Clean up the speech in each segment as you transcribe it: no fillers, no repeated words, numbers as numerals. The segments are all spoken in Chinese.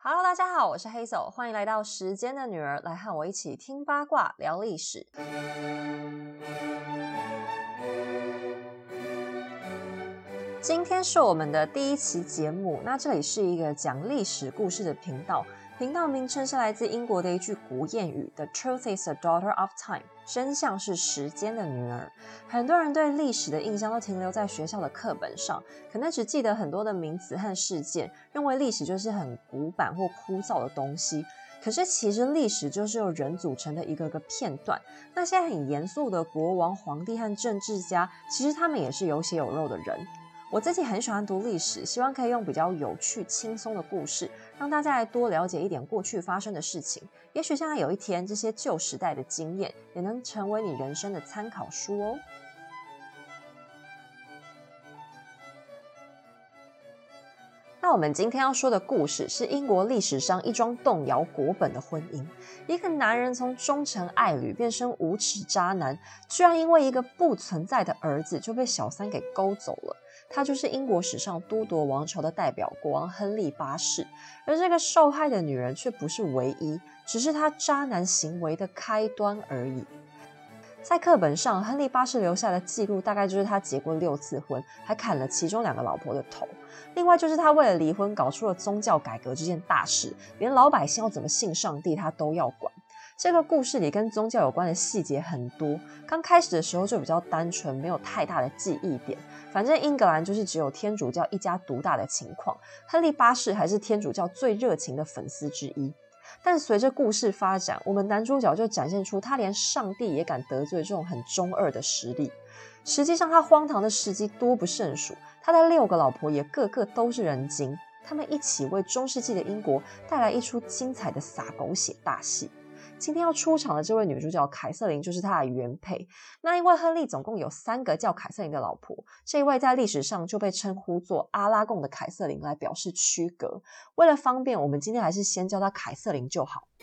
Hello， 大家好，我是Hazel，欢迎来到时间的女儿，来和我一起听八卦聊历史。今天是我们的第一期节目，那这里是一个讲历史故事的频道，频道名称是来自英国的一句古谚语 The truth is the daughter of time， 真相是时间的女儿。很多人对历史的印象都停留在学校的课本上，可能只记得很多的名词和事件，认为历史就是很古板或枯燥的东西。可是其实历史就是由人组成的一个个片段，那些很严肃的国王、皇帝和政治家，其实他们也是有血有肉的人。我自己很喜欢读历史，希望可以用比较有趣轻松的故事让大家来多了解一点过去发生的事情，也许将来有一天这些旧时代的经验也能成为你人生的参考书哦。那我们今天要说的故事是英国历史上一桩动摇国本的婚姻。一个男人从忠诚爱侣变成无耻渣男，居然因为一个不存在的儿子就被小三给勾走了。他就是英国史上都铎王朝的代表国王亨利八世，而这个受害的女人却不是唯一，只是他渣男行为的开端而已。在课本上，亨利八世留下的记录大概就是他结过6次婚，还砍了其中2个老婆的头。另外就是他为了离婚搞出了宗教改革这件大事，连老百姓要怎么信上帝他都要管。这个故事里跟宗教有关的细节很多，刚开始的时候就比较单纯，没有太大的记忆点。反正英格兰就是只有天主教一家独大的情况，亨利八世还是天主教最热情的粉丝之一。但随着故事发展，我们男主角就展现出他连上帝也敢得罪这种很中二的实力。实际上他荒唐的事迹多不胜数，他的6个老婆也个个都是人精，他们一起为中世纪的英国带来一出精彩的洒狗血大戏。今天要出场的这位女主角凯瑟琳就是她的原配。那因为亨利总共有3个叫凯瑟琳的老婆，这一位在历史上就被称呼作阿拉贡的凯瑟琳来表示区隔。为了方便，我们今天还是先叫她凯瑟琳就好。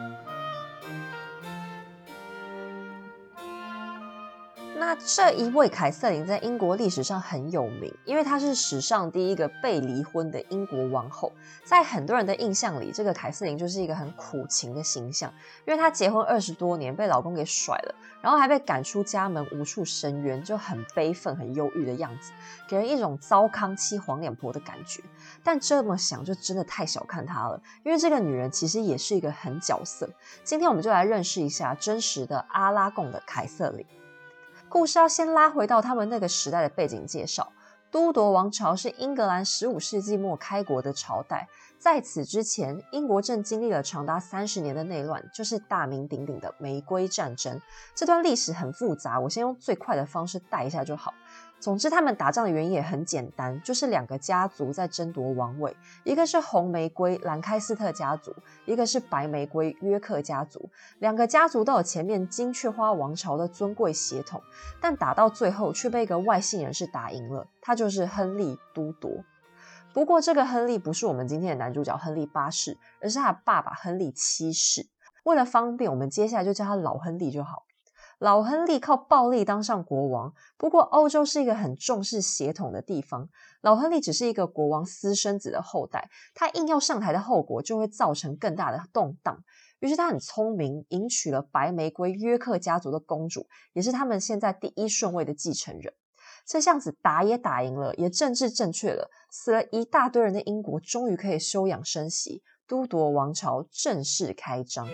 那这一位凯瑟琳在英国历史上很有名，因为她是史上第一个被离婚的英国王后。在很多人的印象里，这个凯瑟琳就是一个很苦情的形象，因为她结婚20多年被老公给甩了，然后还被赶出家门，无处伸冤，就很悲愤很忧郁的样子，给人一种糟糠妻黄脸婆的感觉。但这么想就真的太小看她了，因为这个女人其实也是一个狠角色。今天我们就来认识一下真实的阿拉贡的凯瑟琳。故事要先拉回到他们那个时代的背景介绍。都铎王朝是英格兰15世纪末开国的朝代，在此之前，英国正经历了长达30年的内乱，就是大名鼎鼎的玫瑰战争。这段历史很复杂，我先用最快的方式带一下就好。总之他们打仗的原因也很简单，就是2个家族在争夺王位，一个是红玫瑰兰开斯特家族，一个是白玫瑰约克家族。2个家族都有前面金雀花王朝的尊贵血统，但打到最后却被一个外姓人士打赢了，他就是亨利都铎。不过这个亨利不是我们今天的男主角亨利八世，而是他的爸爸亨利7世。为了方便，我们接下来就叫他老亨利就好。老亨利靠暴力当上国王，不过欧洲是一个很重视血统的地方，老亨利只是一个国王私生子的后代，他硬要上台的后果就会造成更大的动荡。于是他很聪明，迎娶了白玫瑰约克家族的公主，也是他们现在第1顺位的继承人。这下子打也打赢了，也政治正确了，死了一大堆人的英国终于可以休养生息，都铎王朝正式开张。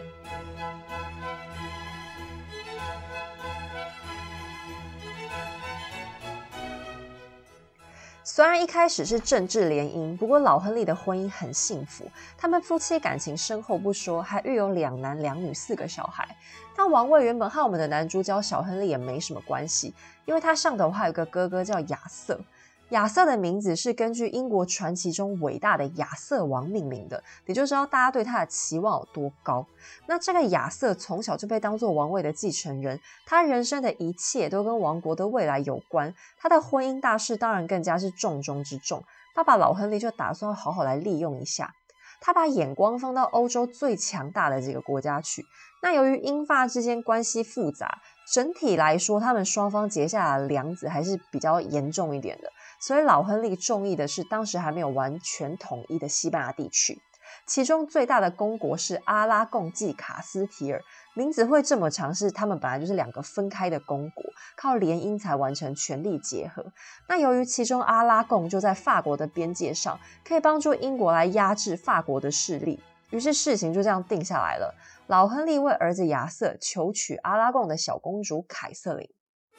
虽然一开始是政治联姻，不过老亨利的婚姻很幸福，他们夫妻感情深厚不说，还育有2男2女4个小孩。但王位原本和我们的男主角小亨利也没什么关系，因为他上头还有个哥哥叫亚瑟。亚瑟的名字是根据英国传奇中伟大的亚瑟王命名的，也就知道大家对他的期望有多高。那这个亚瑟从小就被当作王位的继承人，他人生的一切都跟王国的未来有关，他的婚姻大事当然更加是重中之重。爸爸老亨利就打算好好来利用一下，他把眼光放到欧洲最强大的几个国家去。那由于英法之间关系复杂，整体来说他们双方结下的梁子还是比较严重一点的，所以老亨利中意的是当时还没有完全统一的西班牙地区。 其中最大的公国是阿拉贡暨卡斯提尔，名字会这么长是他们本来就是2个分开的公国，靠联姻才完成权力结合。那由于其中阿拉贡就在法国的边界上，可以帮助英国来压制法国的势力，于是事情就这样定下来了。老亨利为儿子亚瑟求娶阿拉贡的小公主凯瑟琳。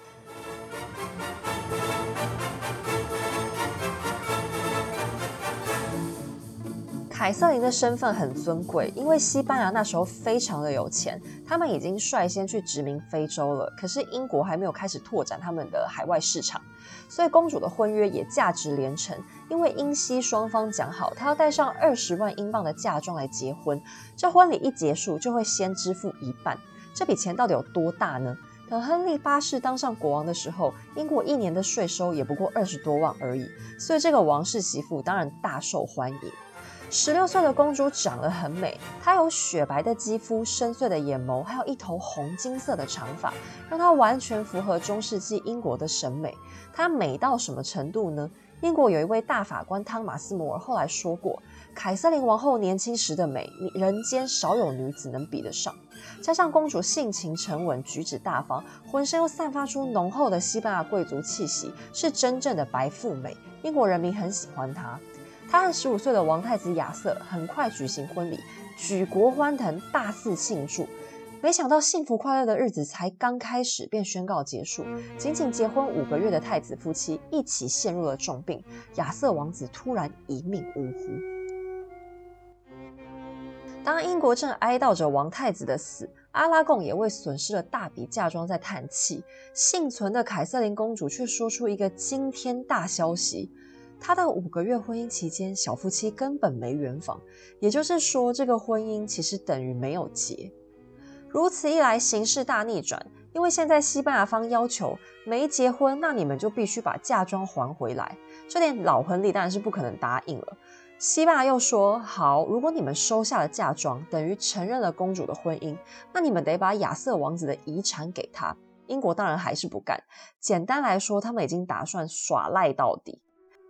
凯瑟琳的身份很尊贵，因为西班牙那时候非常的有钱，他们已经率先去殖民非洲了，可是英国还没有开始拓展他们的海外市场，所以公主的婚约也价值连城，因为英西双方讲好，她要带上20万英镑的嫁妆来结婚，这婚礼一结束就会先支付1半，这笔钱到底有多大呢？等亨利8世当上国王的时候，英国1年的税收也不过20多万而已，所以这个王室媳妇当然大受欢迎。16岁的公主长得很美，她有雪白的肌肤、深邃的眼眸，还有一头红金色的长发，让她完全符合中世纪英国的审美。她美到什么程度呢？英国有一位大法官汤马斯·摩尔后来说过，凯瑟琳王后年轻时的美，人间少有女子能比得上。加上公主性情沉稳，举止大方，浑身又散发出浓厚的西班牙贵族气息，是真正的白富美。英国人民很喜欢她。她和15岁的王太子亚瑟很快举行婚礼，举国欢腾，大肆庆祝。没想到幸福快乐的日子才刚开始便宣告结束，仅仅结婚5个月的太子夫妻一起陷入了重病，亚瑟王子突然一命呜呼。当英国正哀悼着王太子的死，阿拉贡也为损失了大笔嫁妆在叹气，幸存的凯瑟琳公主却说出一个惊天大消息，她的5个月婚姻期间，小夫妻根本没圆房，也就是说，这个婚姻其实等于没有结。如此一来，形势大逆转，因为现在西班牙方要求没结婚，那你们就必须把嫁妆还回来。这点老亨利当然是不可能答应了。西班牙又说，好，如果你们收下了嫁妆，等于承认了公主的婚姻，那你们得把亚瑟王子的遗产给他。英国当然还是不干，简单来说，他们已经打算耍赖到底。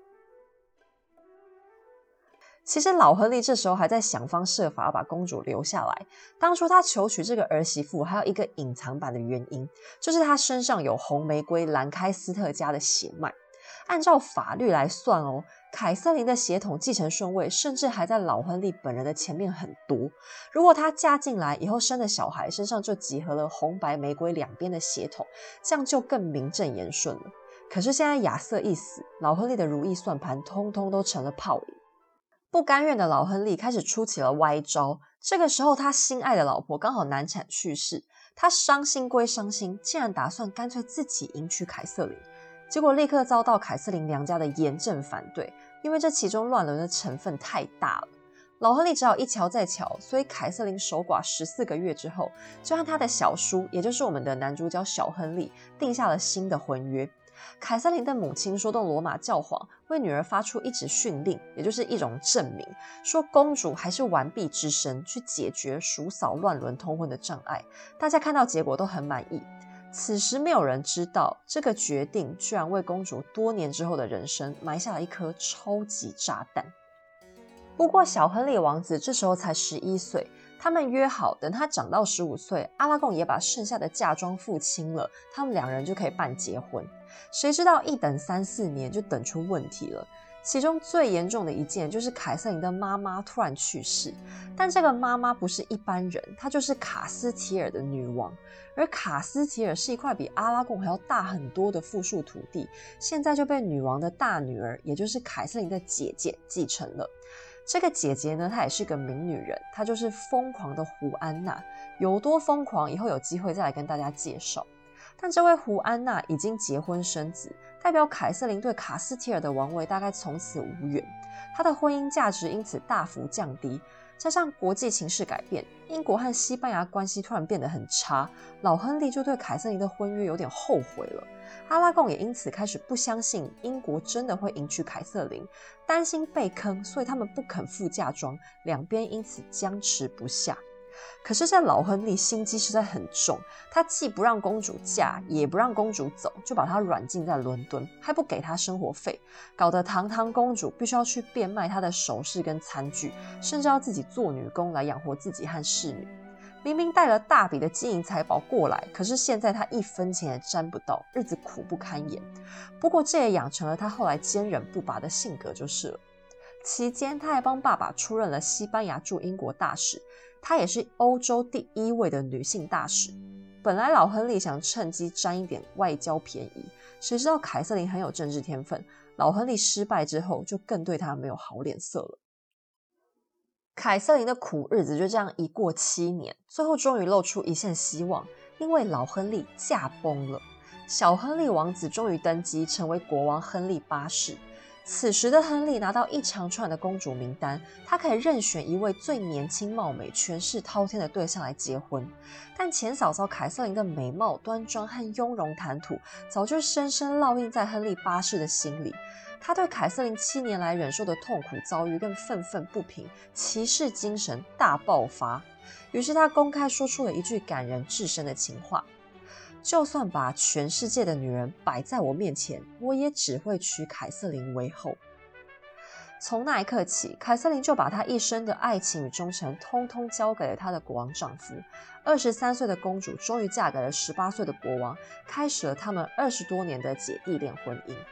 其实老亨利这时候还在想方设法要把公主留下来。当初他求娶这个儿媳妇还有一个隐藏版的原因，就是他身上有红玫瑰兰开斯特家的血脉。按照法律来算哦，凯瑟琳的血统继承顺位甚至还在老亨利本人的前面很多。如果她嫁进来以后生的小孩身上就集合了红白玫瑰两边的血统，这样就更名正言顺了。可是现在亚瑟一死，老亨利的如意算盘通通都成了泡影。不甘愿的老亨利开始出起了歪招，这个时候他心爱的老婆刚好难产去世，他伤心归伤心，竟然打算干脆自己迎娶凯瑟琳，结果立刻遭到凯瑟琳娘家的严正反对，因为这其中乱伦的成分太大了。老亨利只好一瞧再瞧，所以凯瑟琳守寡14个月之后，就和他的小叔，也就是我们的男主角小亨利，定下了新的婚约。凯瑟琳的母亲说动罗马教皇为女儿发出一纸训令，也就是一种证明，说公主还是完璧之身，去解决叔嫂乱伦通婚的障碍。大家看到结果都很满意。此时没有人知道，这个决定居然为公主多年之后的人生埋下了一颗超级炸弹。不过小亨利王子这时候才11岁，他们约好等他长到15岁，阿拉贡也把剩下的嫁妆付清了，他们2人就可以办结婚。谁知道一等3、4年就等出问题了。其中最严重的一件就是凯瑟琳的妈妈突然去世，但这个妈妈不是一般人，她就是卡斯提尔的女王。而卡斯提尔是一块比阿拉贡还要大很多的富庶土地，现在就被女王的大女儿，也就是凯瑟琳的姐姐继承了。这个姐姐呢，她也是个名女人，她就是疯狂的胡安娜。有多疯狂，以后有机会再来跟大家介绍。但这位胡安娜已经结婚生子，代表凯瑟琳对卡斯提尔的王位大概从此无缘，她的婚姻价值因此大幅降低。加上国际情势改变，英国和西班牙关系突然变得很差，老亨利就对凯瑟琳的婚约有点后悔了。阿拉贡也因此开始不相信英国真的会迎娶凯瑟琳，担心被坑，所以他们不肯付嫁妆，两边因此僵持不下。 可是这老亨利心机实在很重，他既不让公主嫁，也不让公主走，就把她软禁在伦敦，还不给她生活费，搞得堂堂公主必须要去变卖她的首饰跟餐具，甚至要自己做女工来养活自己和侍女。明明带了大笔的金银财宝过来，可是现在他一分钱也沾不到，日子苦不堪言。不过这也养成了他后来坚韧不拔的性格就是了。期间他还帮爸爸出任了西班牙驻英国大使，他也是欧洲第1位的女性大使。本来老亨利想趁机沾一点外交便宜，谁知道凯瑟琳很有政治天分，老亨利失败之后就更对他没有好脸色了。凯瑟琳的苦日子就这样一过7年，最后终于露出一线希望，因为老亨利驾崩了。小亨利王子终于登基，成为国王亨利8世。此时的亨利拿到一长串的公主名单，他可以任选一位最年轻貌美、权势滔天的对象来结婚。但前嫂嫂凯瑟琳的美貌、端庄和雍容谈吐，早就深深烙印在亨利8世的心里。他对凯瑟琳7年来忍受的痛苦遭遇更愤愤不平，骑士精神大爆发。于是他公开说出了一句感人至深的情话：就算把全世界的女人摆在我面前，我也只会娶凯瑟琳为后。从那一刻起，凯瑟琳就把她一生的爱情与忠诚通通交给了她的国王丈夫。23岁的公主终于嫁给了18岁的国王，开始了他们20多年的姐弟恋婚姻。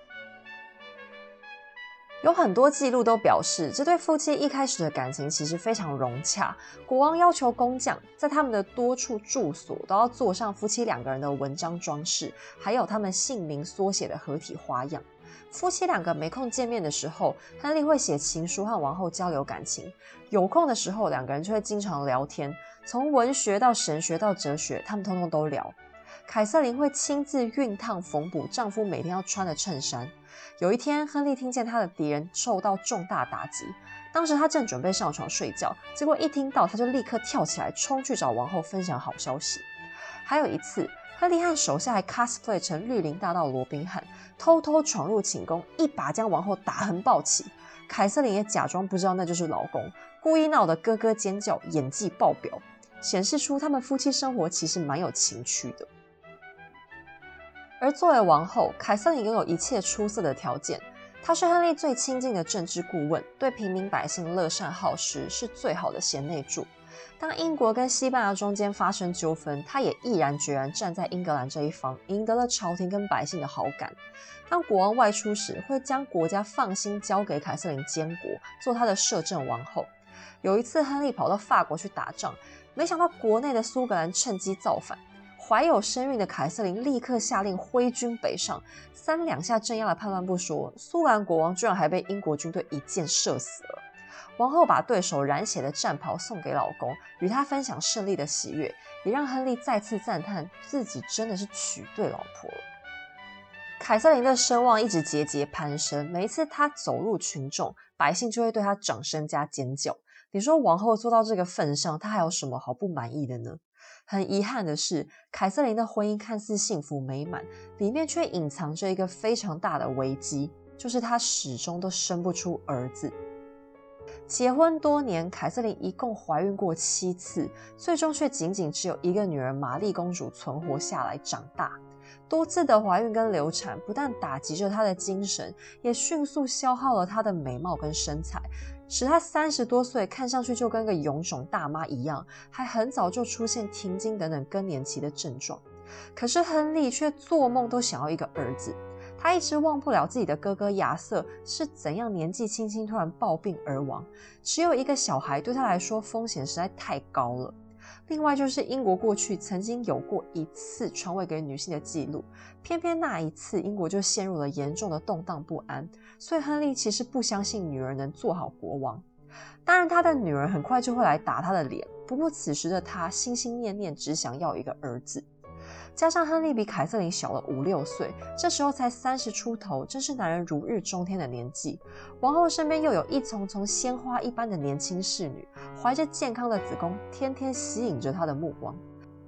有很多记录都表示，这对夫妻一开始的感情其实非常融洽。国王要求工匠在他们的多处住所都要做上夫妻2个人的文章装饰，还有他们姓名缩写的合体花样。夫妻2个没空见面的时候，亨利会写情书和王后交流感情；有空的时候，2个人就会经常聊天，从文学到神学到哲学，他们通通都聊。凯瑟琳会亲自熨烫缝补丈夫每天要穿的衬衫。有一天，亨利听见他的敌人受到重大打击，当时他正准备上床睡觉，结果一听到他就立刻跳起来冲去找王后分享好消息。还有一次，亨利和手下还 cosplay 成绿林大盗罗宾汉，偷偷闯入寝宫，一把将王后打横抱起。凯瑟琳也假装不知道那就是老公，故意闹得咯咯尖叫，演技爆表，显示出他们夫妻生活其实蛮有情趣的。而作为王后，凯瑟琳拥有一切出色的条件。她是亨利最亲近的政治顾问，对平民百姓乐善好施，是最好的贤内助。当英国跟西班牙中间发生纠纷，她也毅然决然站在英格兰这一方，赢得了朝廷跟百姓的好感。当国王外出时，会将国家放心交给凯瑟琳监国，做她的摄政王后。有一次，亨利跑到法国去打仗，没想到国内的苏格兰趁机造反。怀有身孕的凯瑟琳立刻下令挥军北上，3两下镇压了叛乱不说，苏格兰国王居然还被英国军队一箭射死了。王后把对手染血的战袍送给老公，与他分享胜利的喜悦，也让亨利再次赞叹自己真的是娶对老婆了。凯瑟琳的声望一直节节攀升，每一次她走入群众，百姓就会对她掌声加尖叫。你说王后做到这个份上，她还有什么好不满意的呢？很遗憾的是，凯瑟琳的婚姻看似幸福美满，里面却隐藏着一个非常大的危机，就是她始终都生不出儿子。结婚多年，凯瑟琳一共怀孕过7次，最终却仅仅只有一个女儿玛丽公主存活下来长大。多次的怀孕跟流产不但打击着她的精神，也迅速消耗了她的美貌跟身材，使她30多岁看上去就跟个臃肿大妈一样，还很早就出现停经等等更年期的症状。可是亨利却做梦都想要一个儿子，他一直忘不了自己的哥哥亚瑟是怎样年纪轻轻突然暴病而亡，只有一个小孩对他来说风险实在太高了。另外就是英国过去曾经有过1次传位给女性的记录，偏偏那一次英国就陷入了严重的动荡不安，所以亨利其实不相信女儿能做好国王。当然他的女儿很快就会来打他的脸，不过此时的他心心念念只想要一个儿子。加上亨利比凯瑟琳小了5、6岁，这时候才30出头，正是男人如日中天的年纪。王后身边又有一丛丛鲜花一般的年轻侍女，怀着健康的子宫，天天吸引着她的目光。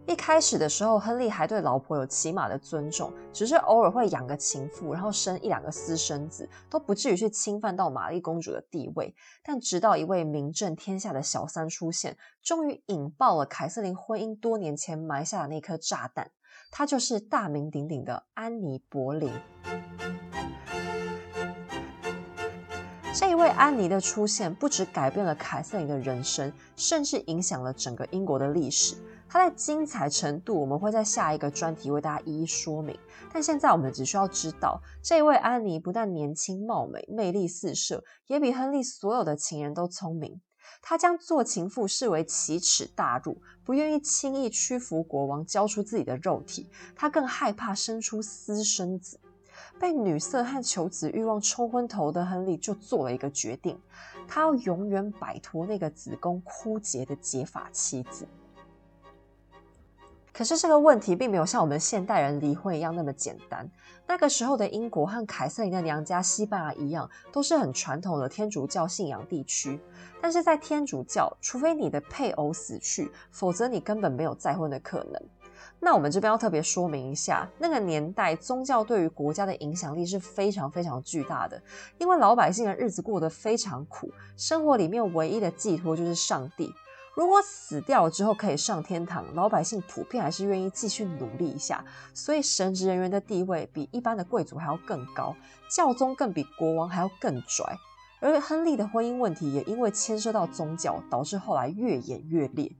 一开始的时候，亨利还对老婆有起码的尊重，只是偶尔会养个情妇，然后生1-2个私生子，都不至于去侵犯到玛丽公主的地位。但直到一位名震天下的小三出现，终于引爆了凯瑟琳婚姻多年前埋下的那颗炸弹，她就是大名鼎鼎的安妮·博林。这一位安妮的出现不只改变了凯瑟琳的人生，甚至影响了整个英国的历史。她的精彩程度我们会在下一个专题为大家一一说明，但现在我们只需要知道，这一位安妮不但年轻貌美，魅力四射，也比亨利所有的情人都聪明。她将做情妇视为奇耻大辱，不愿意轻易屈服国王，交出自己的肉体。她更害怕生出私生子。被女色和求子欲望冲昏头的亨利就做了一个决定，他要永远摆脱那个子宫枯竭的结发妻子。可是这个问题并没有像我们现代人离婚一样那么简单。那个时候的英国和凯瑟琳的娘家西班牙一样，都是很传统的天主教信仰地区。但是在天主教，除非你的配偶死去，否则你根本没有再婚的可能。那我们这边要特别说明一下，那个年代宗教对于国家的影响力是非常非常巨大的，因为老百姓的日子过得非常苦，生活里面唯一的寄托就是上帝。如果死掉了之后可以上天堂，老百姓普遍还是愿意继续努力一下，所以神职人员的地位比一般的贵族还要更高，教宗更比国王还要更拽。而亨利的婚姻问题也因为牵涉到宗教，导致后来越演越烈。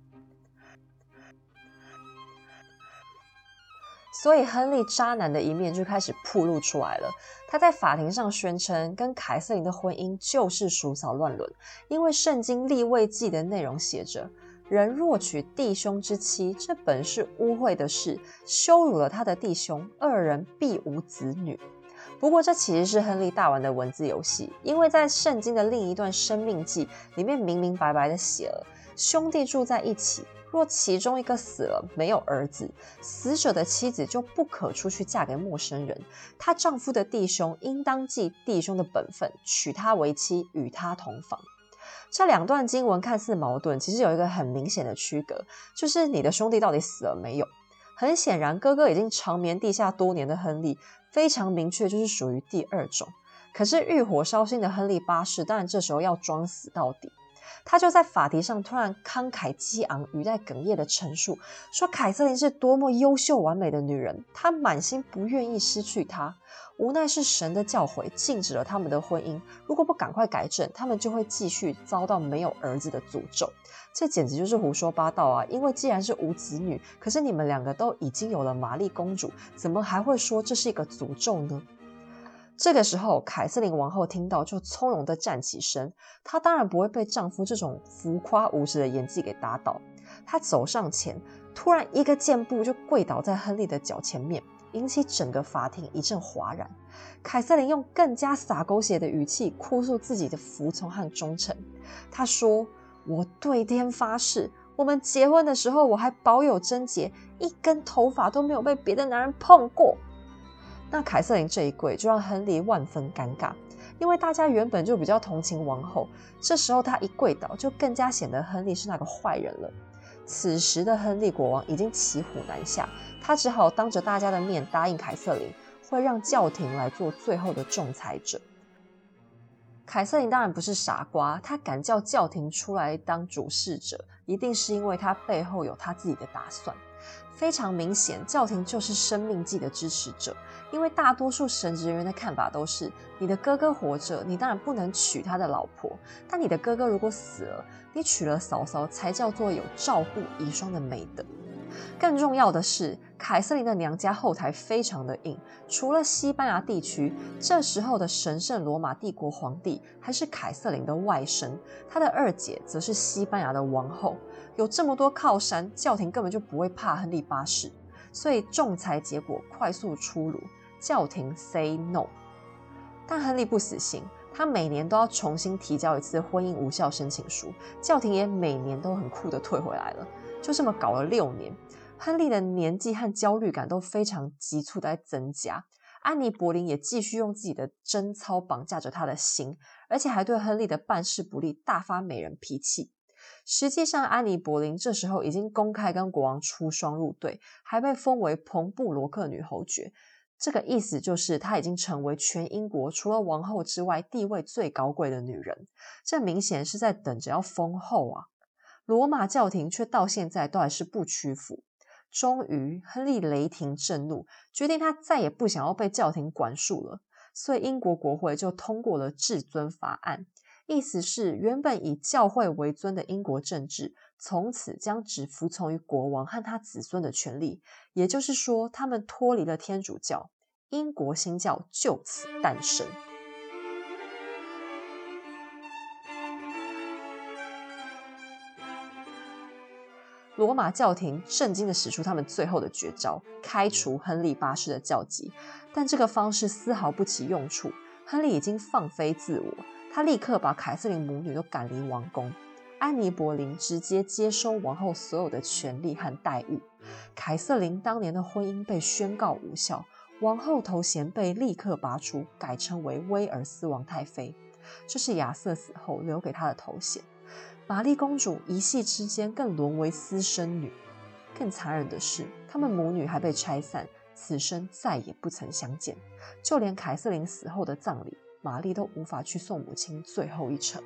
所以亨利渣男的一面就开始暴露出来了。他在法庭上宣称，跟凯瑟琳的婚姻就是叔嫂乱伦，因为圣经利未记的内容写着：人若娶弟兄之妻，这本是污秽的事，羞辱了他的弟兄，二人必无子女。不过这其实是亨利大玩的文字游戏，因为在圣经的另一段生命记里面明明白白的写了，兄弟住在一起，若其中一个死了，没有儿子，死者的妻子就不可出去嫁给陌生人，她丈夫的弟兄应当尽弟兄的本分，娶她为妻，与她同房。这两段经文看似矛盾，其实有一个很明显的区隔，就是你的兄弟到底死了没有。很显然，哥哥已经长眠地下多年的亨利，非常明确就是属于第二种。可是欲火烧心的亨利八世，当然这时候要装死到底。他就在法庭上突然慷慨激昂、语带哽咽的陈述，说凯瑟琳是多么优秀完美的女人，他满心不愿意失去她。无奈是神的教诲禁止了他们的婚姻，如果不赶快改正，他们就会继续遭到没有儿子的诅咒。这简直就是胡说八道啊！因为既然是无子女，可是你们两个都已经有了玛丽公主，怎么还会说这是一个诅咒呢？这个时候，凯瑟琳王后听到就从容地站起身，她当然不会被丈夫这种浮夸无耻的演技给打倒。她走上前，突然一个箭步就跪倒在亨利的脚前面，引起整个法庭一阵哗然。凯瑟琳用更加洒狗血的语气哭诉自己的服从和忠诚。她说：我对天发誓，我们结婚的时候我还保有贞洁，一根头发都没有被别的男人碰过。那凯瑟琳这一跪就让亨利万分尴尬，因为大家原本就比较同情王后，这时候他一跪倒就更加显得亨利是那个坏人了。此时的亨利国王已经骑虎难下，他只好当着大家的面答应凯瑟琳会让教廷来做最后的仲裁者。凯瑟琳当然不是傻瓜，她敢叫教廷出来当主事者，一定是因为她背后有她自己的打算。非常明显，教廷就是生命记的支持者，因为大多数神职人员的看法都是，你的哥哥活着，你当然不能娶他的老婆，但你的哥哥如果死了，你娶了嫂嫂才叫做有照顾遗孀的美德。更重要的是，凯瑟琳的娘家后台非常的硬，除了西班牙地区，这时候的神圣罗马帝国皇帝还是凯瑟琳的外甥，她的二姐则是西班牙的王后。有这么多靠山，教廷根本就不会怕亨利八世，所以仲裁结果快速出炉，教廷 say no。 但亨利不死心，他每年都要重新提交一次婚姻无效申请书，教廷也每年都很酷的退回来了。就这么搞了6年，亨利的年纪和焦虑感都非常急促的在增加。安妮·博林也继续用自己的贞操绑架着他的心，而且还对亨利的办事不力大发美人脾气。 实际上，安妮·博林这时候已经公开跟国王出双入对，还被封为彭布罗克女侯爵。这个意思就是她已经成为全英国除了王后之外地位最高贵的女人。这明显是在等着要封后啊！罗马教廷却到现在都还是不屈服。终于，亨利雷霆震怒，决定他再也不想要被教廷管束了。所以英国国会就通过了至尊法案，意思是原本以教会为尊的英国政治，从此将只服从于国王和他子孙的权利，也就是说，他们脱离了天主教，英国新教就此诞生。罗马教廷震惊地使出他们最后的绝招，开除亨利八世的教籍。但这个方式丝毫不起用处，亨利已经放飞自我，他立刻把凯瑟琳母女都赶离王宫。安妮·博林直接接收王后所有的权利和待遇。凯瑟琳当年的婚姻被宣告无效，王后头衔被立刻拔出，改称为威尔斯王太妃。这是亚瑟死后留给她的头衔。玛丽公主一夕之间更沦为私生女。更残忍的是，她们母女还被拆散，此生再也不曾相见。就连凯瑟琳死后的葬礼，玛丽都无法去送母亲最后一程。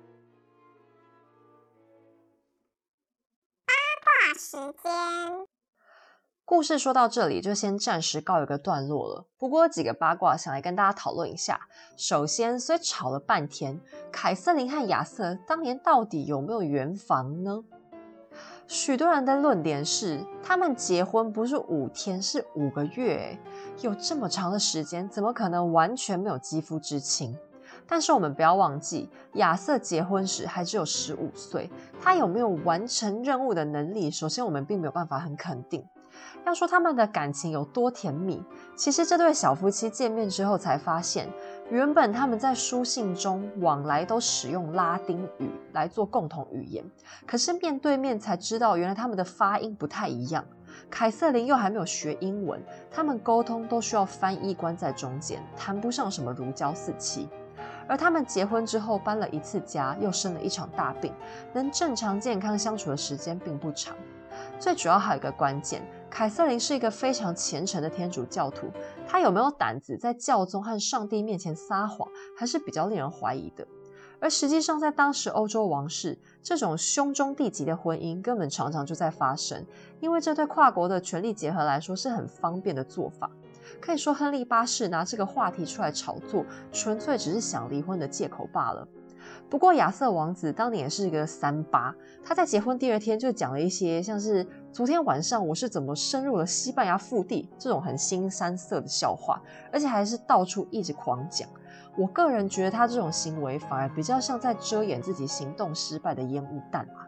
八卦时间。故事说到这里就先暂时告一个段落了，不过有几个八卦想来跟大家讨论一下。首先，所以吵了半天，凯瑟琳和亚瑟当年到底有没有圆房呢？许多人的论点是，他们结婚不是5天，是5个月，有这么长的时间，怎么可能完全没有肌肤之亲？但是我们不要忘记，亚瑟结婚时还只有15岁，他有没有完成任务的能力，首先我们并没有办法很肯定。要说他们的感情有多甜蜜，其实这对小夫妻见面之后才发现，原本他们在书信中往来都使用拉丁语来做共同语言，可是面对面才知道原来他们的发音不太一样。凯瑟琳又还没有学英文，他们沟通都需要翻译官在中间，谈不上什么如胶似漆。而他们结婚之后搬了一次家，又生了一场大病，能正常健康相处的时间并不长。最主要还有一个关键，凯瑟琳是一个非常虔诚的天主教徒，她有没有胆子在教宗和上帝面前撒谎，还是比较令人怀疑的。而实际上在当时欧洲王室，这种兄终弟及的婚姻根本常常就在发生，因为这对跨国的权力结合来说是很方便的做法。可以说亨利八世拿这个话题出来炒作，纯粹只是想离婚的借口罢了。不过亚瑟王子当年也是一个38，他在结婚第2天就讲了一些像是昨天晚上我是怎么深入了西班牙腹地这种很腥膻色的笑话，而且还是到处一直狂讲。我个人觉得他这种行为反而比较像在遮掩自己行动失败的烟雾弹啊。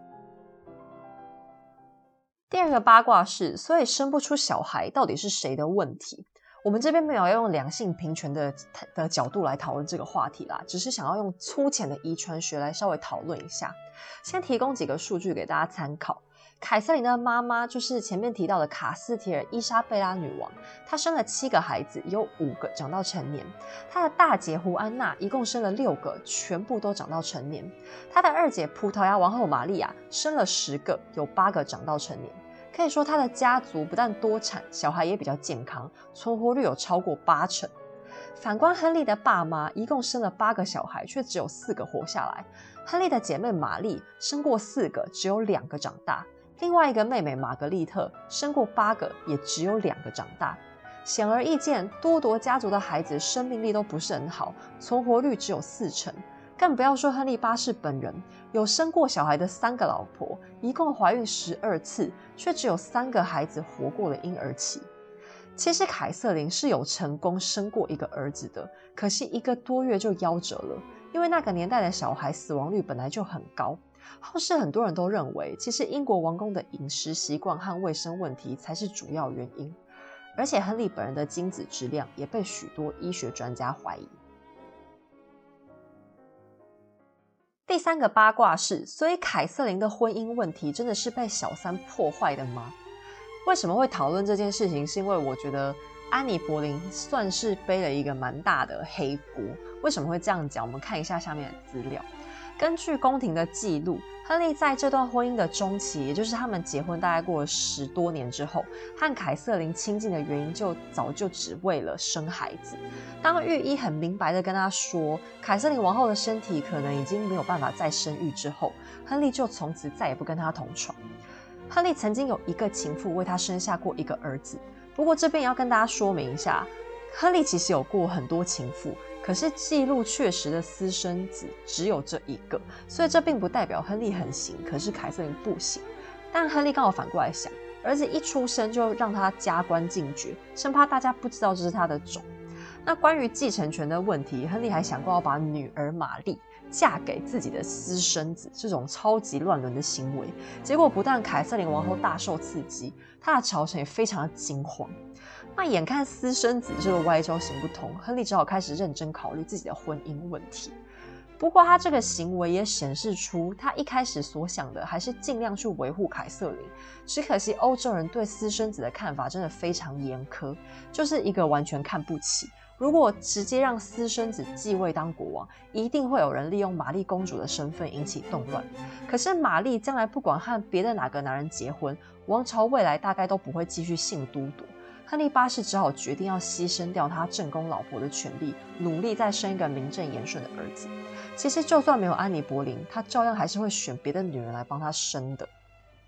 第2个八卦是，所以生不出小孩到底是谁的问题？我们这边没有要用两性平权的角度来讨论这个话题啦，只是想要用粗浅的遗传学来稍微讨论一下。先提供几个数据给大家参考。凯瑟琳的妈妈就是前面提到的卡斯提尔伊莎贝拉女王，她生了7个孩子，有5个长到成年。她的大姐胡安娜一共生了6个，全部都长到成年。她的2姐葡萄牙王后玛利亚生了10个，有8个长到成年。可以说他的家族不但多产，小孩也比较健康，存活率有超过80%。反观亨利的爸妈一共生了8个小孩，却只有4个活下来。亨利的姐妹玛丽生过4个，只有2个长大。另外一个妹妹玛格丽特生过8个，也只有2个长大。显而易见，多铎家族的孩子生命力都不是很好，存活率只有40%。更不要说亨利8世本人，有生过小孩的3个老婆，一共怀孕12次，却只有3个孩子活过了婴儿期。其实凯瑟琳是有成功生过一个儿子的，可惜1个多月就夭折了，因为那个年代的小孩死亡率本来就很高。后世很多人都认为，其实英国王宫的饮食习惯和卫生问题才是主要原因，而且亨利本人的精子质量也被许多医学专家怀疑。第3个八卦是，所以凯瑟琳的婚姻问题真的是被小三破坏的吗？为什么会讨论这件事情？是因为我觉得安妮·博林算是背了一个蛮大的黑锅。为什么会这样讲？我们看一下下面的资料。 根据宫廷的记录，亨利在这段婚姻的中期，也就是他们结婚大概过了10多年之后，和凯瑟琳亲近的原因就早就只为了生孩子。当御医很明白的跟他说，凯瑟琳王后的身体可能已经没有办法再生育之后，亨利就从此再也不跟他同床。亨利曾经有一个情妇为他生下过一个儿子，不过这边也要跟大家说明一下，亨利其实有过很多情妇，可是记录确实的私生子只有这一个，所以这并不代表亨利很行，可是凯瑟琳不行。但亨利刚好反过来想，儿子一出生就让他加官进爵，生怕大家不知道这是他的种。那关于继承权的问题，亨利还想过要把女儿玛丽嫁给自己的私生子，这种超级乱伦的行为。结果不但凯瑟琳王后大受刺激，她的朝臣也非常的惊慌。那眼看私生子这个歪招行不通，亨利只好开始认真考虑自己的婚姻问题。不过他这个行为也显示出他一开始所想的还是尽量去维护凯瑟琳，只可惜欧洲人对私生子的看法真的非常严苛，就是一个完全看不起。如果直接让私生子继位当国王，一定会有人利用玛丽公主的身份引起动乱。可是玛丽将来不管和别的哪个男人结婚，王朝未来大概都不会继续幸都铎。亨利八世只好决定要牺牲掉他正宫老婆的权利，努力再生一个名正言顺的儿子。其实就算没有安妮·柏林，他照样还是会选别的女人来帮他生的。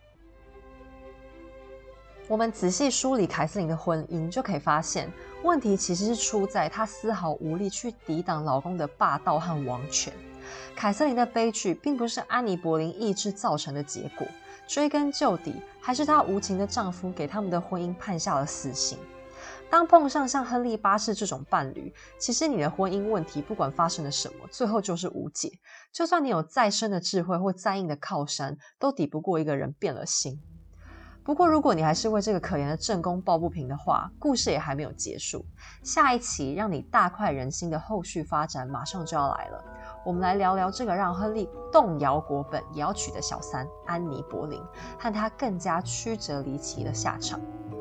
我们仔细梳理凯瑟琳的婚姻，就可以发现问题其实是出在她丝毫无力去抵挡老公的霸道和王权。凯瑟琳的悲剧并不是安妮·柏林意志造成的结果，追根究底还是她无情的丈夫给他们的婚姻判下了死刑。当碰上像亨利八世这种伴侣，其实你的婚姻问题不管发生了什么，最后就是无解。就算你有再深的智慧或再硬的靠山，都抵不过一个人变了心。不过如果你还是为这个可怜的正宫抱不平的话，故事也还没有结束。下一期让你大快人心的后续发展马上就要来了。我们来聊聊这个让亨利动摇国本也要娶的小三安妮·柏林，和她更加曲折离奇的下场。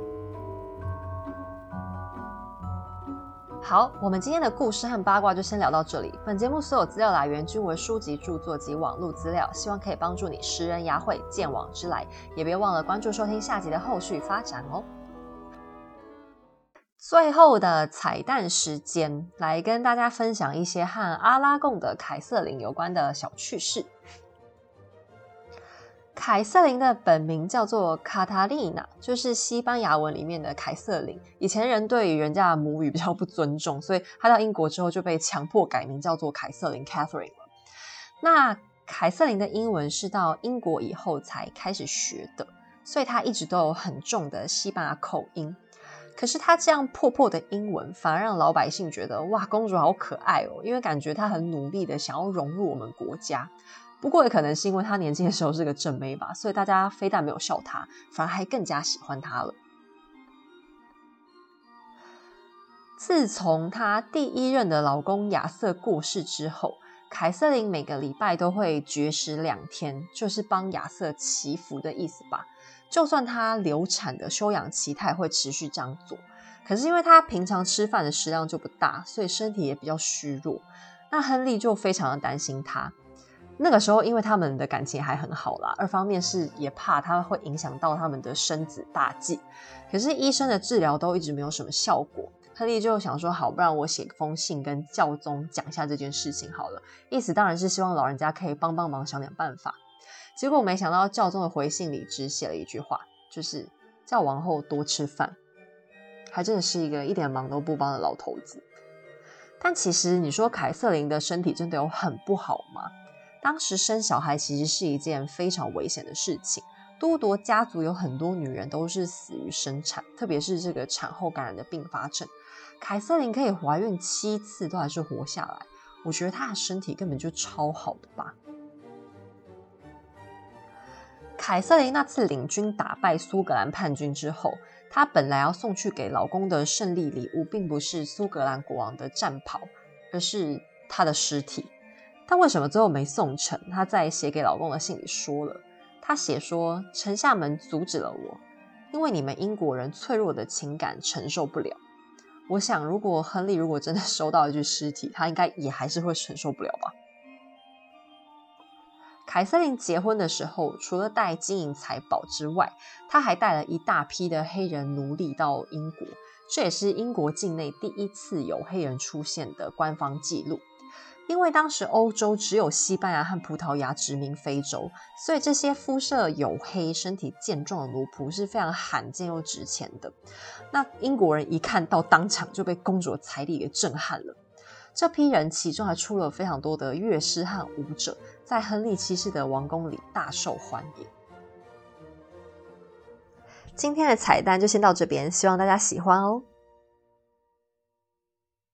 好，我们今天的故事和八卦就先聊到这里。本节目所有资料来源均为书籍著作及网络资料，希望可以帮助你识人牙慧，见往知来。也别忘了关注收听下集的后续发展哦。最后的彩蛋时间，来跟大家分享一些和阿拉贡的凯瑟琳有关的小趣事。凯瑟琳的本名叫做卡塔丽娜，就是西班牙文里面的凯瑟琳。以前人对于人家的母语比较不尊重，所以她到英国之后就被强迫改名叫做凯瑟琳 Catherine 了。那凯瑟琳的英文是到英国以后才开始学的，所以她一直都有很重的西班牙口音。可是她这样破破的英文反而让老百姓觉得哇，公主好可爱哦，因为感觉她很努力的想要融入我们国家。不过也可能是因为她年轻的时候是个正妹吧，所以大家非但没有笑她，反而还更加喜欢她了。自从她第一任的老公亚瑟过世之后，凯瑟琳每个礼拜都会绝食2天，就是帮亚瑟祈福的意思吧。就算她流产的休养期，她也会持续这样做。可是因为她平常吃饭的食量就不大，所以身体也比较虚弱。那亨利就非常的担心她。那个时候因为他们的感情还很好啦，二方面是也怕他会影响到他们的生子大计。可是医生的治疗都一直没有什么效果，亨利就想说好，不然我写封信跟教宗讲一下这件事情好了，意思当然是希望老人家可以帮帮忙，想点办法。结果没想到教宗的回信里只写了一句话，就是叫王后多吃饭，还真的是一个一点忙都不帮的老头子。但其实你说凯瑟琳的身体真的有很不好吗？当时生小孩其实是一件非常危险的事情，都铎家族有很多女人都是死于生产，特别是这个产后感染的并发症。凯瑟琳可以怀孕7次都还是活下来，我觉得她的身体根本就超好的吧。凯瑟琳那次领军打败苏格兰叛军之后，她本来要送去给老公的胜利礼物并不是苏格兰国王的战袍，而是她的尸体。但为什么最后没送成？她在写给老公的信里说了，她写说臣下们阻止了我，因为你们英国人脆弱的情感承受不了。我想如果亨利如果真的收到一具尸体，他应该也还是会承受不了吧。 凯瑟琳结婚的时候，除了带金银财宝之外，她还带了一大批的黑人奴隶到英国，这也是英国境内第一次有黑人出现的官方记录。因为当时欧洲只有西班牙和葡萄牙殖民非洲，所以这些肤色黝黑、身体健壮的奴仆是非常罕见又值钱的。那英国人一看到，当场就被公主的财力给震撼了。这批人其中还出了非常多的乐师和舞者，在亨利七世的王宫里大受欢迎。今天的彩蛋就先到这边，希望大家喜欢哦。